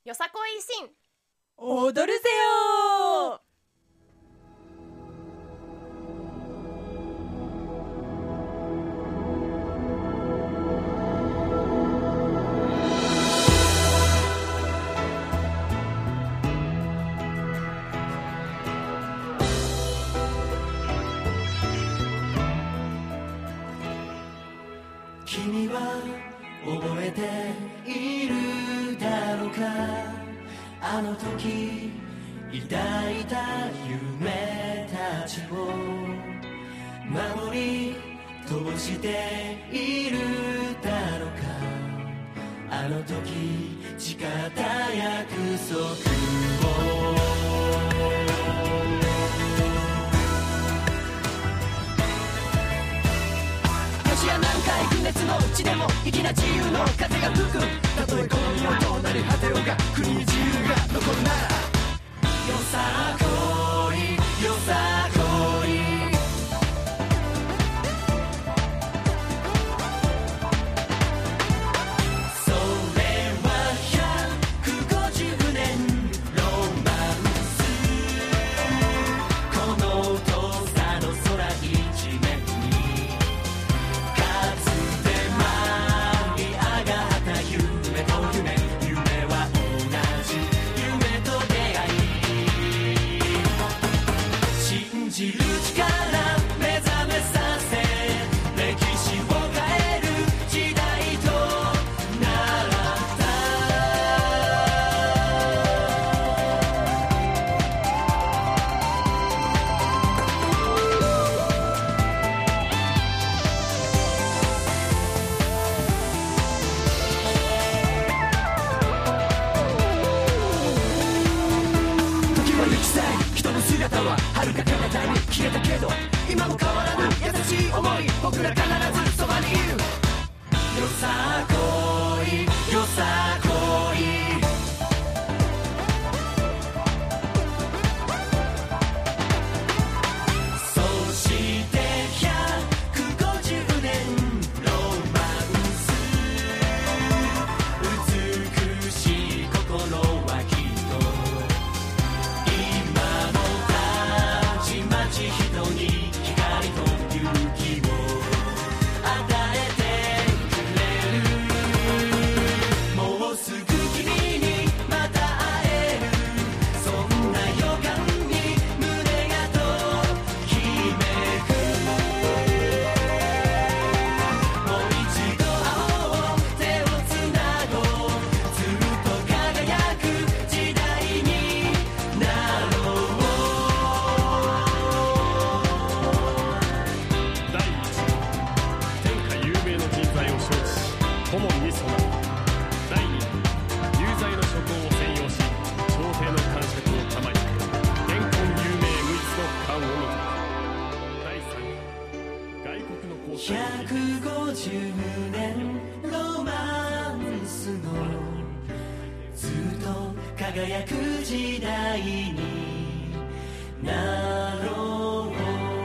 よさこい維新踊るぜよ。 君は覚えているだろうか、あの時抱いた夢たちを守り通しているだろうか、あの時誓った約束を。不熱の地でも粋な自由の風が吹く、たとえこの身はどうなり果てようが国に自由が残るなら、よさこいよさこい、それは150年ロマンス、この遠さの空一面に信じる力目覚めさせ、歴史を変える時代となった時は行き去り、人の姿は遥か彼方に消えたけど、今も変わらぬ優しい想い、僕ら必ずそばにいる。よさこいよさこい、そして150年ロマンス、美しい心はきっと今もたちまち人に光と勇気を与えてくれる、もうすぐ君にまた会える、そんな予感に胸がときめく、もう一度会おう、手をつなごう、ずっと輝く時代になろう。 第一、天下有名の人材を承知し顧問に備え、第二、有罪の諸行を専用し朝廷の官職を賜り、現今有名無一の官を除く。第三、外国の皇帝 150年ロマンスのずっと輝く時代になろう。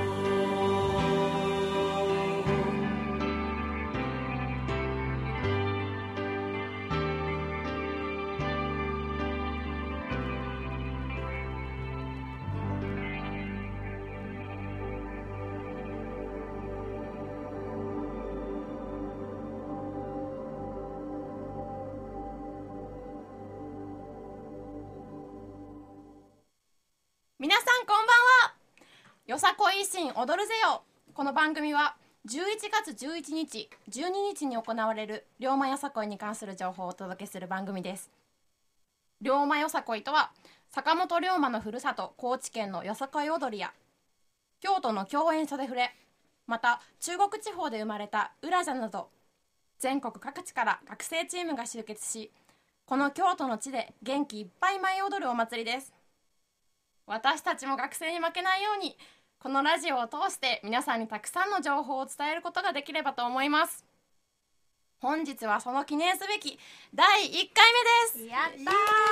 皆さんこんばんは。よさこい維新踊るぜよ。この番組は11月11日12日に行われる龍馬よさこいに関する情報をお届けする番組です。龍馬よさこいとは、坂本龍馬のふるさと高知県のよさこい踊りや京都の共演袖触れ、また中国地方で生まれた浦座など全国各地から学生チームが集結し、この京都の地で元気いっぱい舞い踊るお祭りです。私たちも学生に負けないように、このラジオを通して皆さんにたくさんの情報を伝えることができればと思います。本日はその記念すべき第1回目です。 やった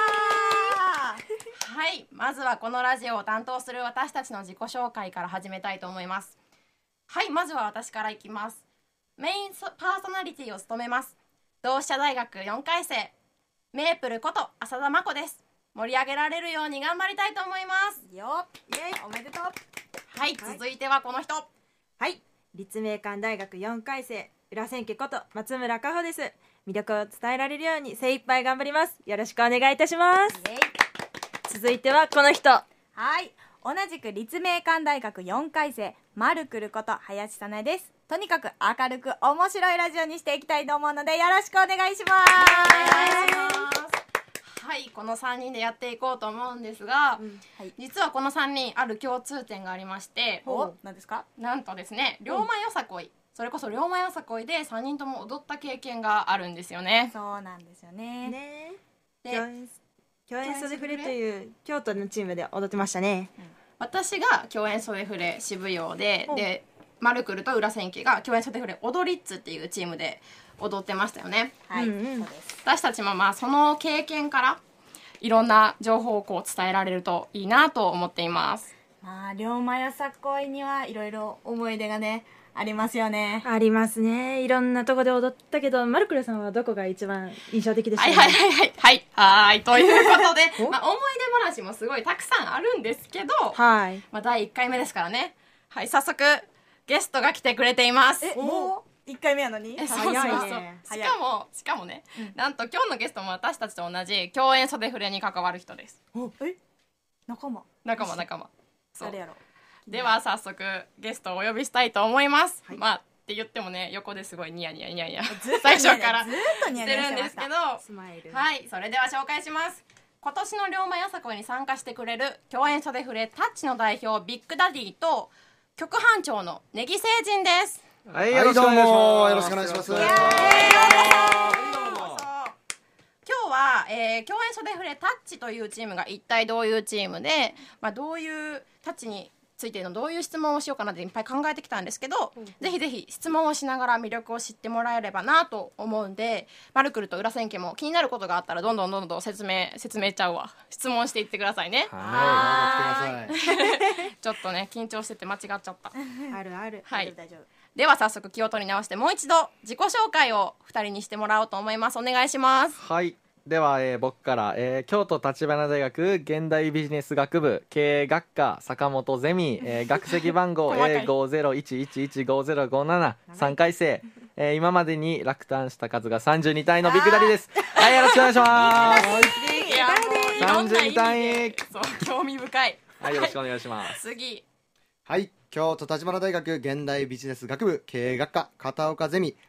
ー。 はい、まずはこのラジオを担当する私たちの自己紹介から始めたいと思います。はい、まずは私からいきます。メインパーソナリティを務めます同志社大学4回生メープルこと浅田真子です。盛り上げられるように頑張りたいと思います。 よイエイおめでとう。 はい、続いてはこの人。 はい、立命館大学4回生浦千家こと松村香穂です。魅力を伝えられるように精一杯頑張ります。よろしくお願いいたします。続いてはこの人。 はい、同じく立命館大学4回生マルクルこと林早苗です。とにかく明るく面白いラジオにしていきたいと思うのでよろしくお願いします。 お願いします。はい、この3人でやっていこうと思うんですが、 はい、 実はこの3人ある共通点がありまして、 何ですか？ なんとですね、龍馬よさこい、それこそ龍馬よさこいで3人とも踊った経験があるんですよね。 そうなんですよね。 で共演袖フレという京都のチームで踊ってましたね。 私が共演袖フレ渋陽でマルクルと浦千家が共演袖フレ踊りっつっていうチームで踊ってましたよね。 はい、そうです。 私たちもまあその経験からいろんな情報をこう伝えられるといいなと思っています。 まあ龍馬よさこいにはいろいろ思い出がねありますよね。 ありますね。いろんなとこで踊ったけど、マルクルさんはどこが一番印象的でしたか？ はいということでまあ思い出話もすごいたくさんあるんですけど、 はい、 まあ第1回目ですからね。はい、早速ゲストが来てくれています。 もう1回目やのにそうね、 しかもね、なんと今日のゲストも私たちと同じ共演袖フレに関わる人です。 仲間そう誰やろ。 では早速ゲストをお呼びしたいと思います。まあって言ってもね、横ですごいニヤニヤ最初からしてるんですけど、はい、それでは紹介します。今年の龍馬よさこいに参加してくれる共演袖フレタッチの代表ビッグダディと局班長の根木星人です。 はい、よろしくお願いします。よろしくお願いします。 今日は、共演袖フレタッチというチームが一体どういうチームで、まあ、どういうタッチについてのどういう質問をしようかなっていっぱい考えてきたんですけど、ぜひぜひ質問をしながら魅力を知ってもらえればなと思うんで、マルクルと浦千家も気になることがあったらどんどん説明ちゃうわ質問していってくださいね。 はい、 ちょっとね緊張してて間違っちゃった。 ある、 はい、 大丈夫。 では早速気を取り直してもう一度自己紹介を2人にしてもらおうと思います。お願いします。 はい、では、僕から、京都立花大学現代ビジネス学部経営学科坂本ゼミ、学籍番号 A50115057 3回生、今までに落胆した数が32体のビッグダディです。はい、よろしくお願いします。 いやもういろんな意味でそう興味深い。 はい、よろしくお願いします。 次。 はい、京都立花大学現代ビジネス学部経営学科片岡ゼミ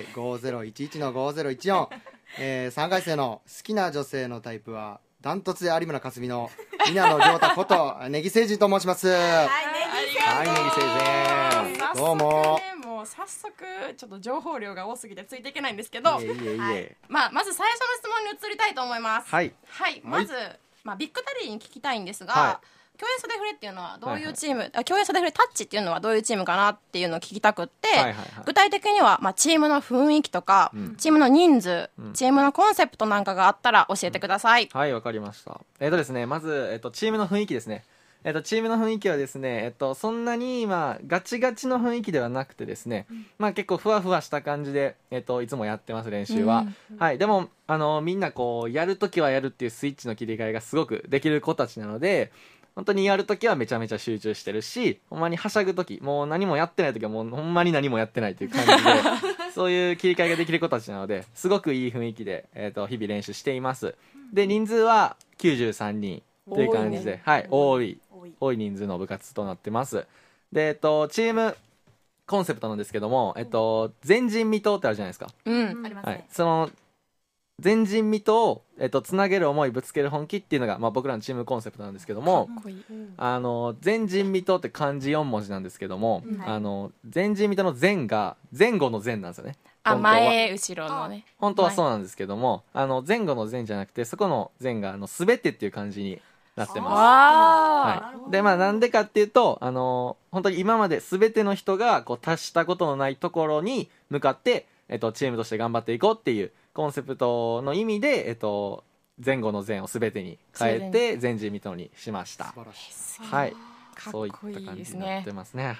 A5011-5014 3回生の好きな女性のタイプはダントツで有村架純の稲野亮太こと根木誠二と申します。 はい、 根木誠二、 どうも。 もう早速ちょっと情報量が多すぎてついていけないんですけど、 いえまず最初の質問に移りたいと思います。 はい、 まず、ビッグダディに聞きたいんですが、共演袖フレっていうのはどういうチーム、共演袖フレタッチっていうのはどういうチームかなっていうのを聞きたくって、具体的には、チームの雰囲気とか、チームの人数、チームのコンセプトなんかがあったら教えてください。 はい、わかりました。ですね、まず、チームの雰囲気ですね。チームの雰囲気はですね、そんなにガチガチの雰囲気ではなくてですね、結構ふわふわした感じで、いつもやってます練習は。はい、でもみんなこうやるときはやるっていうスイッチの切り替えがすごくできる子たちなので、本当にやるときはめちゃめちゃ集中してるし、ほんまにはしゃぐとき、もう何もやってないときはもうほんまに何もやってないという感じでそういう切り替えができる子たちなので、すごくいい雰囲気で、日々練習しています。で、人数は93人という感じで、はい、多い人数の部活となってます。で、チームコンセプトなんですけども、前人未到ってあるじゃないですか。 ありますね。 はい、その前人未到を、つなげる思いぶつける本気っていうのが、僕らのチームコンセプトなんですけども、前人未到って漢字4文字なんですけども、前人未到の前が前後の前なんですよね。 前後ろのね、 本当はそうなんですけども、前後の前じゃなくて、そこの前が全てっていう漢字になってます。はい、でなんでかっていうと、本当に今まで全ての人がこう達したことのないところに向かって、チームとして頑張っていこうっていうコンセプトの意味で、前後の前を全てに変えて前人未到にしました。はい、そういった感じになってますね。はい。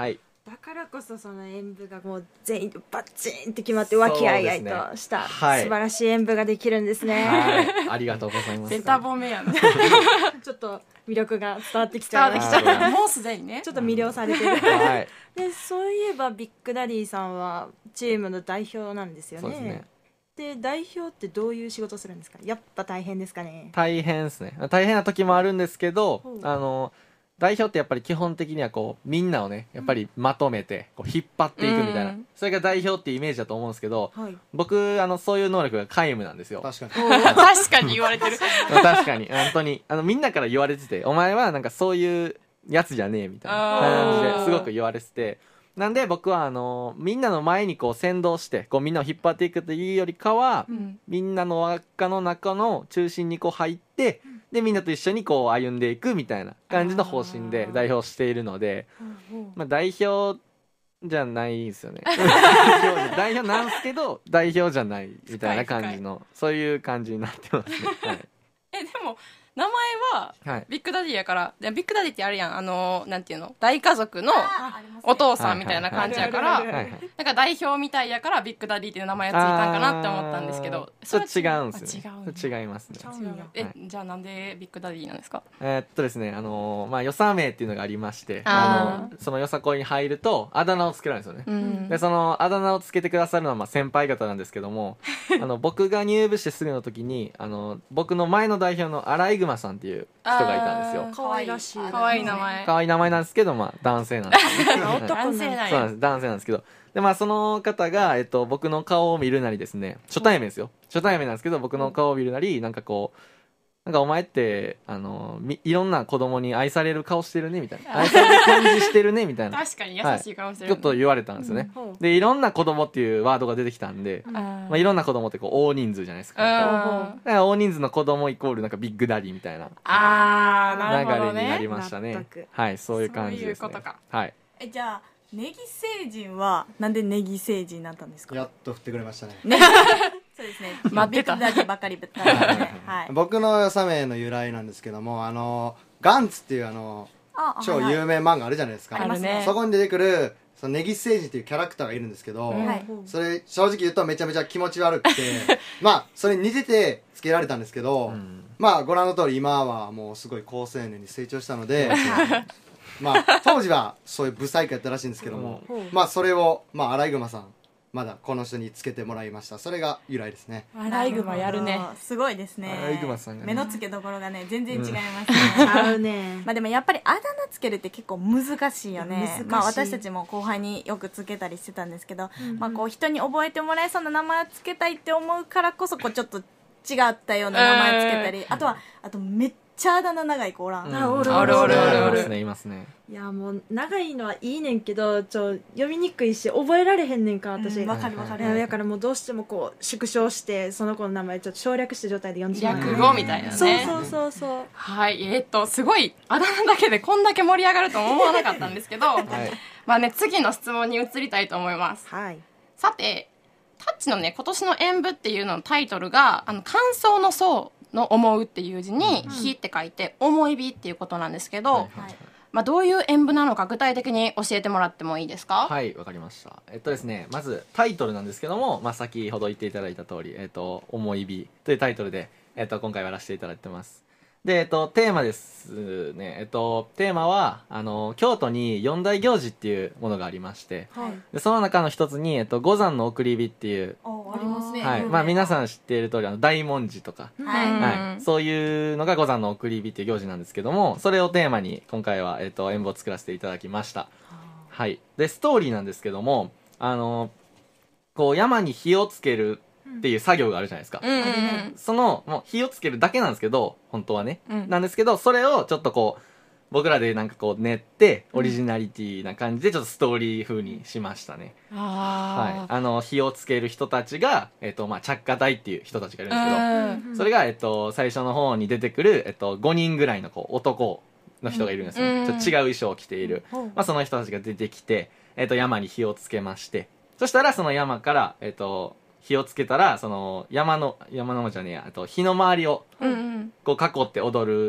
だからこそその演舞がもう全員でバッチンって決まって和気あいあいとした素はい晴らしい演舞ができるんですね、 はい、ありがとうございます。 ベタ褒めやなちょっと魅力が伝わってきち伝わってきちゃいましたゃうもうすでにねちょっと魅了されてるはい、 でそういえばビッグダディさんはチームの代表なんですよね。 そうですね。 で代表ってどういう仕事するんですか？やっぱ大変ですかね？ 大変ですね。大変な時もあるんですけどほう、 代表ってやっぱり基本的にはこうみんなをねやっぱりまとめてこう引っ張っていくみたいな、 うんそれが代表っていうイメージだと思うんですけど、 はい僕そういう能力が皆無なんですよ。 確かに確かに言われてる確かに本当にみんなから言われてて、お前はなんかそういうやつじゃねえみたいな感じですごく言われてて、なんで僕はみんなの前にこう先導してこうみんなを引っ張っていくというよりかは、 うんみんなの輪っかの中の中心にこう入って、でみんなと一緒にこう歩んでいくみたいな感じの方針で代表しているので、まあ、代表じゃないですよね代表なんですけど代表じゃないみたいな感じのそういう感じになってますね。はいでも名前ははいビッグダディやからビッグダディってあるやんなんていうの大家族のお父さんみたいな感じやからはいはいなんか代表みたいやからビッグダディっていう名前がついたんかなって思ったんですけどそれれは違うんですよね。 あ違うんだそれ違いますね。 違うじゃあなんでビッグダディなんですか？ ですねまあよさ名っていうのがありましてあそのよさこいに入るとあだ名をつけられるんですよね。 うんでそのあだ名をつけてくださるのはまあ先輩方なんですけども僕が入部してすぐの時に僕の前の代表の荒井熊さんっていう人がいたんですよ。 可愛らしい可愛い名前可愛い名前なんですけど、まあ、男性なんですよはい男性なんやそうなんです男性なんですけど、でまあその方が、僕の顔を見るなりですね、初対面ですよ、初対面なんですけど僕の顔を見るなりなんかこうなんかお前っていろんな子供に愛される顔してるねみたいな、愛される感じしてるねみたいな確かに優しい顔してる、 ちょっと言われたんですよね、 うんでいろんな子供っていうワードが出てきたんで、まあ、いろんな子供ってこう大人数じゃないですか、だから大人数の子供イコールなんかビッグダディみたいなあーなるほど流れになねりましたね納得。 はい、そういう感じですね。 そういうことかはい。 じゃあネギ星人はなんでネギ星人になったんですか？ やっと振ってくれましたね。 そうですね待ってたビッグダディばかりぶったので、はい、 僕のよさ名の由来なんですけどもガンツっていう超有名漫画あるじゃないですか、 あるねそこに出てくるそのネギ星人っていうキャラクターがいるんですけど、 はいそれ正直言うとめちゃめちゃ気持ち悪くてまあそれに似ててつけられたんですけど、まあご覧の通り今はもうすごい好青年に成長したのでまあ当時はそういうブサイクやったらしいんですけども、まあそれをまあアライグマさんまだこの人につけてもらいました。それが由来ですね。 アライグマやるね。 すごいですね。 アライグマさんがね目の付けどころがね全然違いますね、 合うねまあでもやっぱりあだ名つけるって結構難しいよね。 難しいまあ私たちも後輩によくつけたりしてたんですけど、まあこう人に覚えてもらえそうな名前をつけたいって思うからこそこうちょっと違ったような名前つけたり、あとめっちゃあだ名長い子おらん、 おるおるおるおるいますねいますね。 いやもう長いのはいいねんけど読みにくいし覚えられへんねんか私、 わかるわかる、 いやだからもうどうしてもこう縮小してその子の名前ちょっと省略した状態で読んでしまう略語みたいなね。 そうはいすごいあだ名だけでこんだけ盛り上がると思わなかったんですけど、まあね次の質問に移りたいと思います。 はいさてタッチのね今年の演舞っていうののタイトルが感想の層の思うっていう字に「火」って書いて「思い火」っていうことなんですけど、まあ、どういう演舞なのか具体的に教えてもらってもいいですか？ はいわかりました。ですねまずタイトルなんですけども、まあ、先ほど言っていただいた通り思い火というタイトルで今回やらせていただいてます。でテーマですねテーマは京都に四大行事っていうものがありまして、でその中の一つに五山の送り火っていう、 ありますね、 はいまあ、皆さん知っている通り大文字とか、はい、そういうのが五山の送り火っていう行事なんですけども、それをテーマに今回は演舞を作らせていただきました。はいでストーリーなんですけどもこう山に火をつけるっていう作業があるじゃないですか、そのもう火をつけるだけなんですけど本当はね、なんですけどそれをちょっとこう僕らでなんかこう練ってオリジナリティな感じでちょっとストーリー風にしましたね。はい、火をつける人たちが、まあ、着火隊っていう人たちがいるんですけど、それが、最初の方に出てくる、5人ぐらいのこう男の人がいるんですよ、ちょっと違う衣装を着ている、まあ、その人たちが出てきて、山に火をつけまして、そしたらその山から、火をつけたらその山のじゃねえや火の周りをこう囲って踊る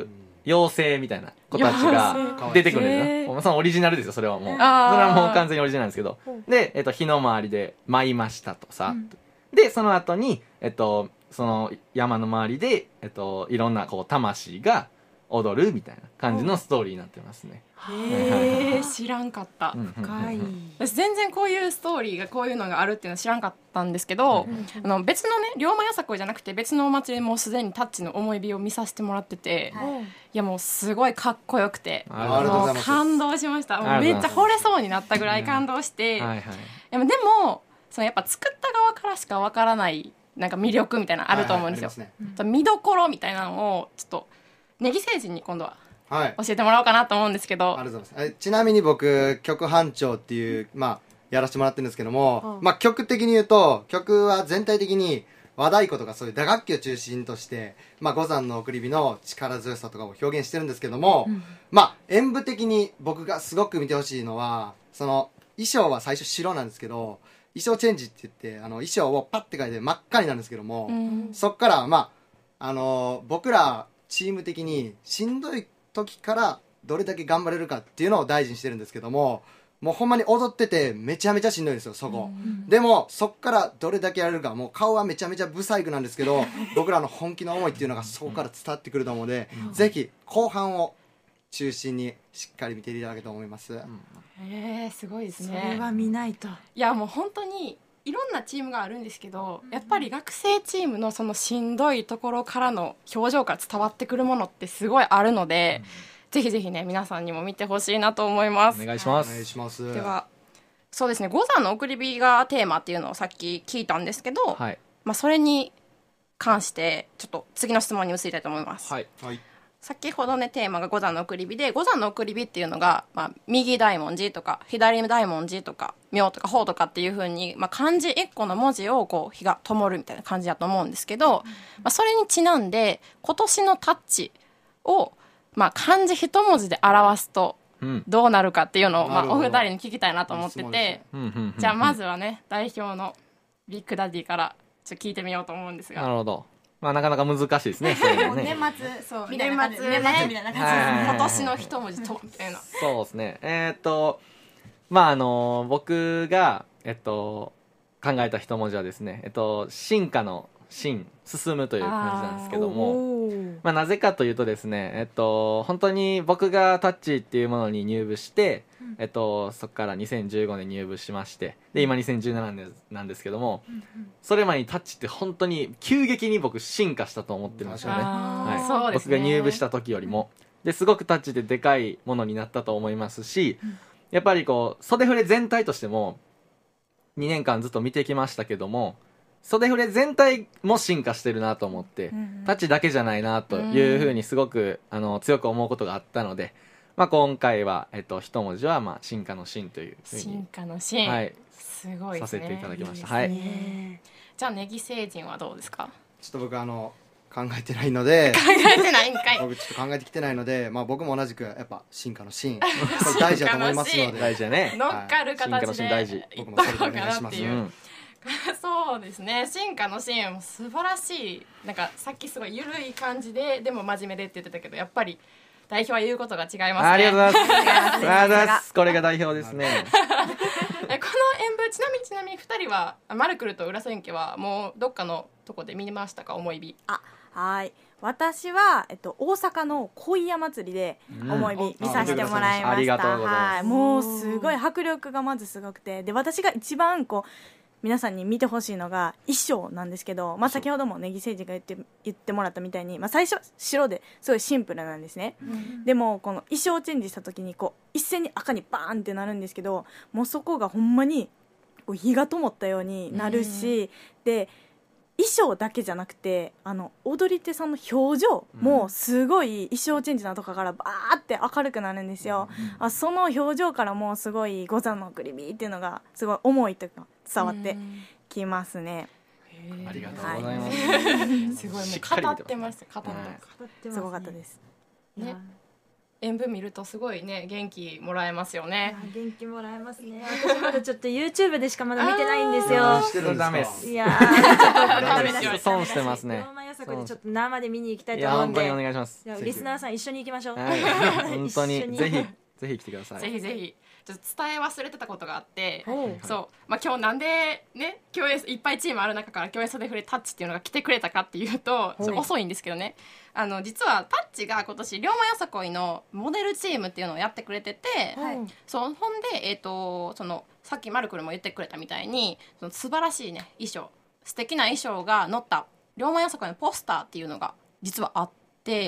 妖精みたいな子たちが出てくるんですよ。そのオリジナルですよ、それはもう。それはもう完全にオリジナルなんですけど。で、火の周りで舞いましたとさ。で、その後に、その山の周りで、いろんなこう魂が踊るみたいな感じのストーリーになってますね。 へえ、知らんかった。 深い。 私全然こういうストーリーがこういうのがあるっていうのは知らんかったんですけど、別のね龍馬よさこいじゃなくて別のお祭りもすでにタッチの思い火を見させてもらってて、いやもうすごいかっこよくて、もう感動しました。もうめっちゃ惚れそうになったぐらい感動して、でもそのやっぱ作った側からしかわからないなんか魅力みたいなのあると思うんですよ。見どころみたいなのをちょっとネギ星人に今度は教えてもらおうかなと思うんですけど。 ありがとうございます。ちなみに僕曲班長っていうやらせてもらってるんですけども、曲的に言うと曲は全体的に和太鼓とかそういう打楽器を中心として五山の送り火の力強さとかを表現してるんですけども、演舞的に僕がすごく見てほしいのはその衣装は最初白なんですけど、衣装チェンジって言って衣装をパッて変えて真っ赤になるんですけども、そっから僕らチーム的にしんどい時からどれだけ頑張れるかっていうのを大事にしてるんですけども、もうほんまに踊っててめちゃめちゃしんどいんですよそこ、でもそっからどれだけやれるか、もう顔はめちゃめちゃブサイクなんですけど僕らの本気の思いっていうのがそこから伝わってくると思うので、ぜひ後半を中心にしっかり見ていただけたと思います。 すごいですね。 それは見ないと。 いやもう本当にいろんなチームがあるんですけど、やっぱり学生チームのそのしんどいところからの表情から伝わってくるものってすごいあるので、ぜひぜひね皆さんにも見てほしいなと思います。 お願いします。 お願いします。 ではそうですね、五山の送り火がテーマっていうのをさっき聞いたんですけど、それに関してちょっと次の質問に移りたいと思います。先ほどねテーマが五山の送り火で、五山の送り火っていうのが、右大文字とか左大文字とか妙とか法とかっていう風に、漢字1個の文字をこう火が灯るみたいな感じだと思うんですけど、それにちなんで今年のタッチを、漢字一文字で表すとどうなるかっていうのを、お二人に聞きたいなと思ってて、じゃあまずはね代表のビッグダディからちょっと聞いてみようと思うんですが。 なるほど。なかなか難しいですね。そういうのね。 年末そう年末みたいな感じです。今年の一文字とみたいな。 そうですね。僕が考えた一文字はですね、進化の進、進むという感じなんですけども、なぜかというとですね、本当に僕がタッチっていうものに入部して、そこから2015年入部しまして、で今2017年なんですけども、それまでにタッチって本当に急激に僕進化したと思ってるんですよね。僕が入部した時よりも。ですごくタッチってでかいものになったと思いますし、やっぱりこう袖振れ全体としても2年間ずっと見てきましたけども、袖振れ全体も進化してるなと思って、タッチだけじゃないなというふうにすごく強く思うことがあったので、今回は一文字は進化の進というふうに進化の進、すごいですね、 させていただきました。 じゃあネギ星人はどうですか？ ちょっと僕考えてないので考えてないんかい。 僕ちょっと考えてきてないので、僕も同じくやっぱ進化の進大事だと思いますので、 大事だね。 乗っかる形で大事。 僕もそれでお願いします。 そうですね、進化の進も素晴らしい。なんかさっきすごい緩い感じででも真面目でって言ってたけど、やっぱり代表は言うことが違いますね。 ありがとうございます。ありがとうございます。これが代表ですね。 この演舞ちなみに2人はマルクルと裏千家はもうどっかのとこで見ましたか？思い火。 はい、私は、大阪の恋屋祭りで思い火見させてもらいました。 ありがとうございます。 もうすごい迫力がまずすごくて、で私が一番皆さんに見てほしいのが衣装なんですけど、先ほどもネギ星人が言ってもらったみたいに、最初白ですごいシンプルなんですね、でもこの衣装チェンジした時に一斉に赤にバーンってなるんですけど、もうそこがほんまに火が灯ったようになるし、で衣装だけじゃなくて踊り手さんの表情もすごい衣装チェンジのとかからバーって明るくなるんですよ、その表情からもすごい五山の送り火っていうのがすごい思いとか伝わってきますね。 ありがとうございます。 すごいもう語ってました。 すごかったですね。演舞見るとすごいね元気もらえますよね。 元気もらえますね。私まだちょっと YouTube でしかまだ見てないんですよ。 ダメです。 いやーちょっと損してますね。 ローマよさこでちょっと生で見に行きたいいやと思うんで、 本当にお願いします。 じゃあリスナーさん一緒に行きましょう。 はい、本当に一緒にぜひぜひ来てください。 ぜひぜひちょっと伝え忘れてたことがあって、 おうそう、まあ、今日なんでね共演いっぱいチームある中から共演袖触れタッチっていうのが来てくれたかっていうと、ちょっと遅いんですけどね、実はタッチが今年龍馬よさこいのモデルチームっていうのをやってくれてて、 はいそうほんで、そのさっきマルクルも言ってくれたみたいにその素晴らしいね衣装、素敵な衣装が載った龍馬よさこいのポスターっていうのが実はあって、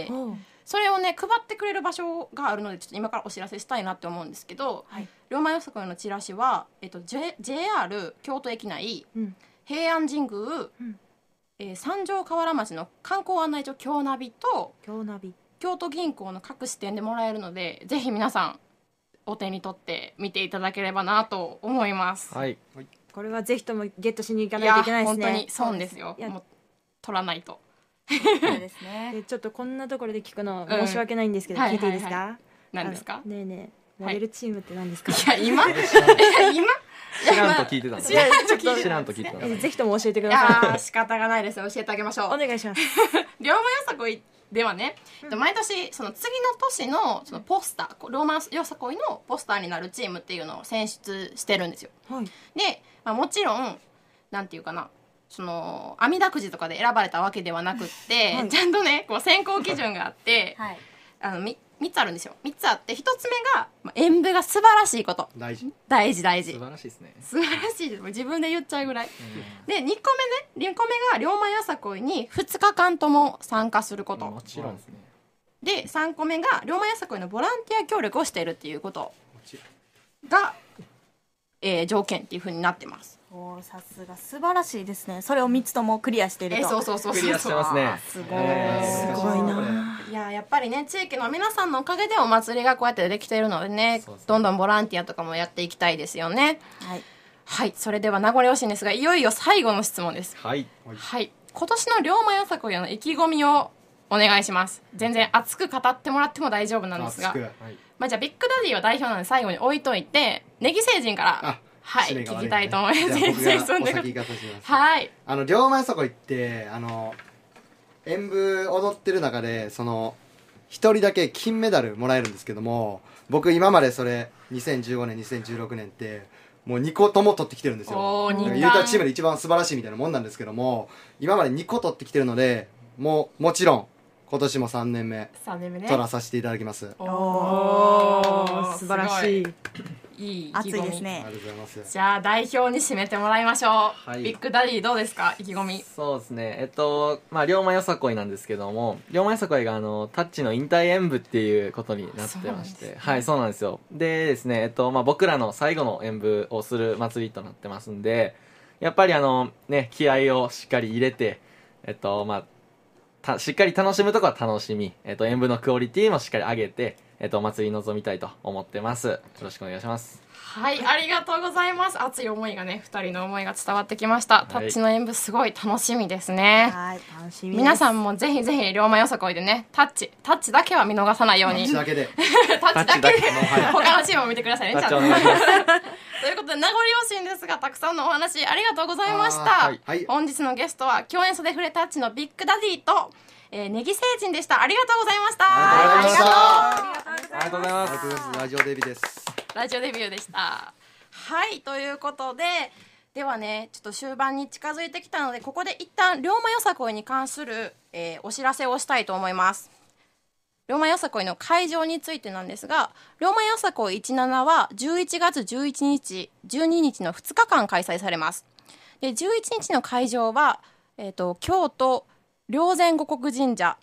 おうそれをね配ってくれる場所があるのでちょっと今からお知らせしたいなって思うんですけど、 はい龍馬よさこいのチラシは、JR 京都駅内、 うん平安神宮、 ん三条河原町の観光案内所京ナビと京ナビ。 京都銀行の各支店でもらえるので、ぜひ皆さんお手に取って見ていただければなと思います。 はい、 これはぜひともゲットしに行かいないとやいけないですね。 本当に損ですよ。 いやもう取らないと。 そうですね。 でちょっとこんなところで聞くの申し訳ないんですけど、 うん聞いていいですか？ はいはいは何ですか？ ねえねえ、モデルチームって何ですか？ いや今今知らんと聞いてたんですよ。知らんと聞いてたんです。 ぜひとも教えてくいださやー仕方がないですよ。教えてあげましょう。 い。お願いします。 龍馬よさこいではね、毎年その次の年のそのポスター、龍馬よさこいのポスターになるチームっていうのを選出してるんですよ。 はい。 で、まあ、もちろんなんていうかな、その網だくじとかで選ばれたわけではなくって、 はいちゃんとねこう選考基準があって、 はい。 3つあるんですよ。3つあって、1つ目が、まあ、演舞が素晴らしいこと。 大事。 大事大素事。 晴らしいですね。 素晴らしいです。もう自分で言っちゃうぐらい。で、2個目が龍馬よさこいに2日間とも参加すること。 もちろんですね。 で、3個目が龍馬よさこいのボランティア協力をしているっていうことが、条件っていう風になってます。 おー、さすが素晴らしいですね。それを3つともクリアしていると。 そうそうそうそう。 クリアしてますね。 すごい。 すごいな。 いややっぱりね地域の皆さんのおかげでお祭りがこうやってできているのでね、 そうですねどんどんボランティアとかもやっていきたいですよね。 はい。 はい、それでは名残惜しいんですがいよいよ最後の質問です。 はい。 はい、今年の龍馬よさこいへの意気込みをお願いします。全然熱く語ってもらっても大丈夫なんですが、 熱くまあ、じゃあビッグダディは代表なんで最後に置いといてネギ星人からあはい締めが悪聞きたいと思います。 じゃあ僕が全然そんなことお先行かせていただきます。 はい龍馬よさこいって演舞踊ってる中で一人だけ金メダルもらえるんですけども、僕今までそれ2015年2016年ってもう2個とも取ってきてるんですよ。 おー二冠ユータチームで一番素晴らしいみたいなもんなんですけども、今まで2個取ってきてるのでもちろん今年も3年目 3年目ね取らさせていただきます。 おー素晴らしい。 すごいいい意気熱込みいですねありがとうございます。 じゃあ代表に締めてもらいましょう、 はいビッグダディどうですか意気込み。 そうですね。まあ龍馬よさこいなんですけども、龍馬よさこいがタッチの引退演舞っていうことになってまして、はい、そうなんですよ。でですね、まあ僕らの最後の演舞をする祭りとなってますんで、やっぱりね気合をしっかり入れて、まあしっかり楽しむところは楽しみ、演舞のクオリティもしっかり上げて、お祭りに臨みたいと思ってます。よろしくお願いします。 はいありがとうございます。熱い思いがね2人の思いが伝わってきました、タッチの演舞すごい楽しみですね。 はい。 楽しみです。 皆さんもぜひぜひ龍馬よさこいでねタッチだけは見逃さないように口だけでタッチだけでタッチだけ他のチームも見てくださいねタッちゃんとチお願いします。 ということで名残惜しいんですがたくさんのお話ありがとうございました、 はいはい本日のゲストは共演袖フレタッチのビッグダディと、ネギ星人でした。ありがとうございました。 ありがとうございましたありがとうございます。 ありがとうございます。ラジオデビです。 ラジオデビューでした。はいということでではねちょっと終盤に近づいてきたのでここで一旦龍馬よさこいに関する、お知らせをしたいと思います。龍馬よさこいの会場についてなんですが、龍馬よさこい17は11月11日12日の2日間開催されます。で11日の会場は、京都霊山護国神社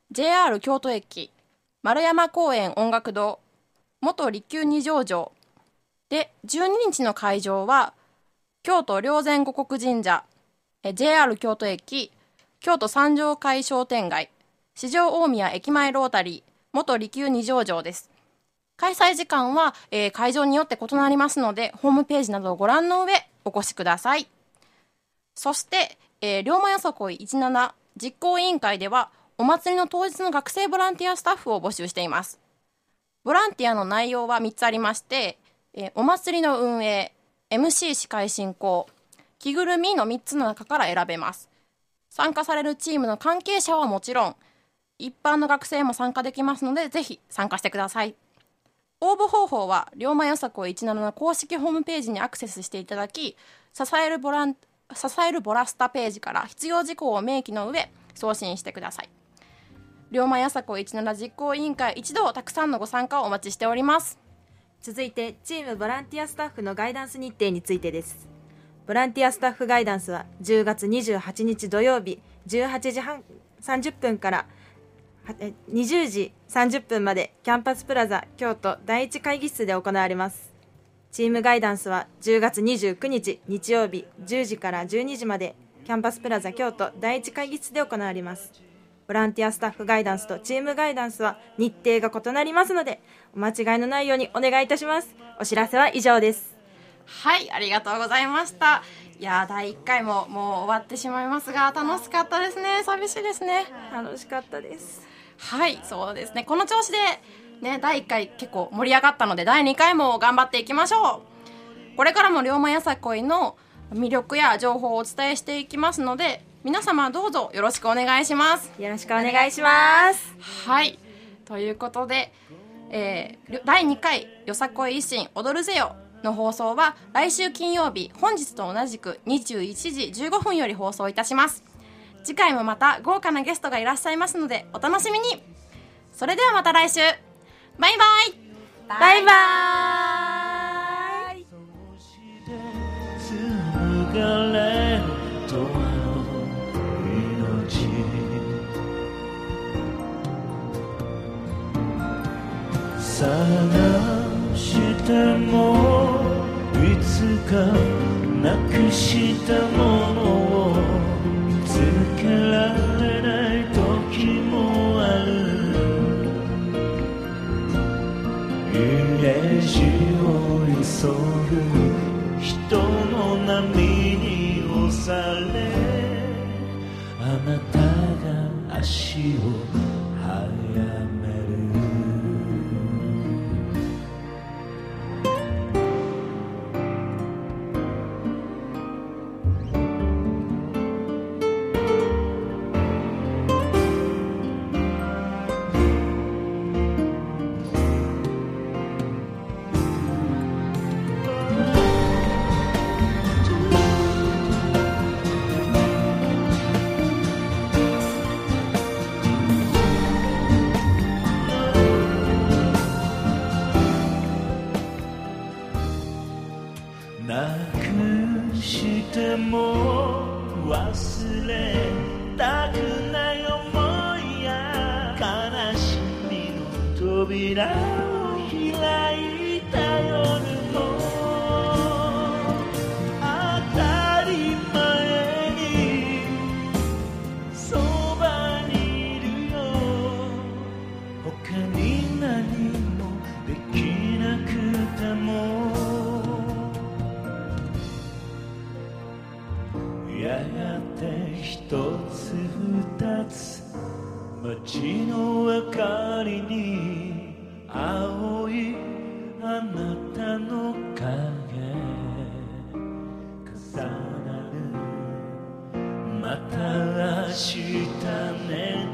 JR 京都駅丸山公園音楽堂元利休二条城で、12日の会場は京都霊山護国神社 JR 京都駅京都三条会商店街四条大宮駅前ロータリー元利休二条城です。開催時間は、会場によって異なりますのでホームページなどをご覧の上お越しください。そして、龍馬よさこい17実行委員会ではお祭りの当日の学生ボランティアスタッフを募集しています。ボランティアの内容は3つありまして、お祭りの運営 MC 司会進行着ぐるみの3つの中から選べます。 参加されるチームの関係者はもちろん一般の学生も参加できますので、ぜひ参加してください。応募方法は龍馬よさこい17の公式ホームページにアクセスしていただき、支えるボラスタページから必要事項を明記の上送信してください。龍馬やさこい17実行委員会一同たくさんのご参加をお待ちしております。 続いてチームボランティアスタッフのガイダンス日程についてです。ボランティアスタッフガイダンスは10月28日土曜日18時半30分から20時30分までキャンパスプラザ京都第一会議室で行われます。チームガイダンスは10月29日日曜日10時から12時までキャンパスプラザ京都第一会議室で行われます。ボランティアスタッフガイダンスとチームガイダンスは日程が異なりますので、お間違いのないようにお願いいたします。お知らせは以上です。 はい、ありがとうございました。いや第1回ももう終わってしまいますが、楽しかったですね。寂しいですね。 楽しかったです。 はい、そうですね。この調子でね、第1回結構盛り上がったので、第2回も頑張っていきましょう。これからも龍馬やさこいの魅力や情報をお伝えしていきますので、皆様どうぞよろしくお願いします。 よろしくお願いします。 はい、ということで、第2回よさこい維新踊るぜよの放送は来週金曜日本日と同じく21時15分より放送いたします。次回もまた豪華なゲストがいらっしゃいますのでお楽しみに。それではまた来週。バイバイ。 バイバイ。 紡がれると命、探してもいつかなくしたものを見つけられない時もある。イメージを揺そぐ人の波に押され、あなたが足を速める。なくしても忘れたくない想いや悲しみの扉を開いた夜も当たり前にそばにいるよ。他に何もできなくてもやがて一つ二つ街の明かりに青いあなたの影重なる。また明日ね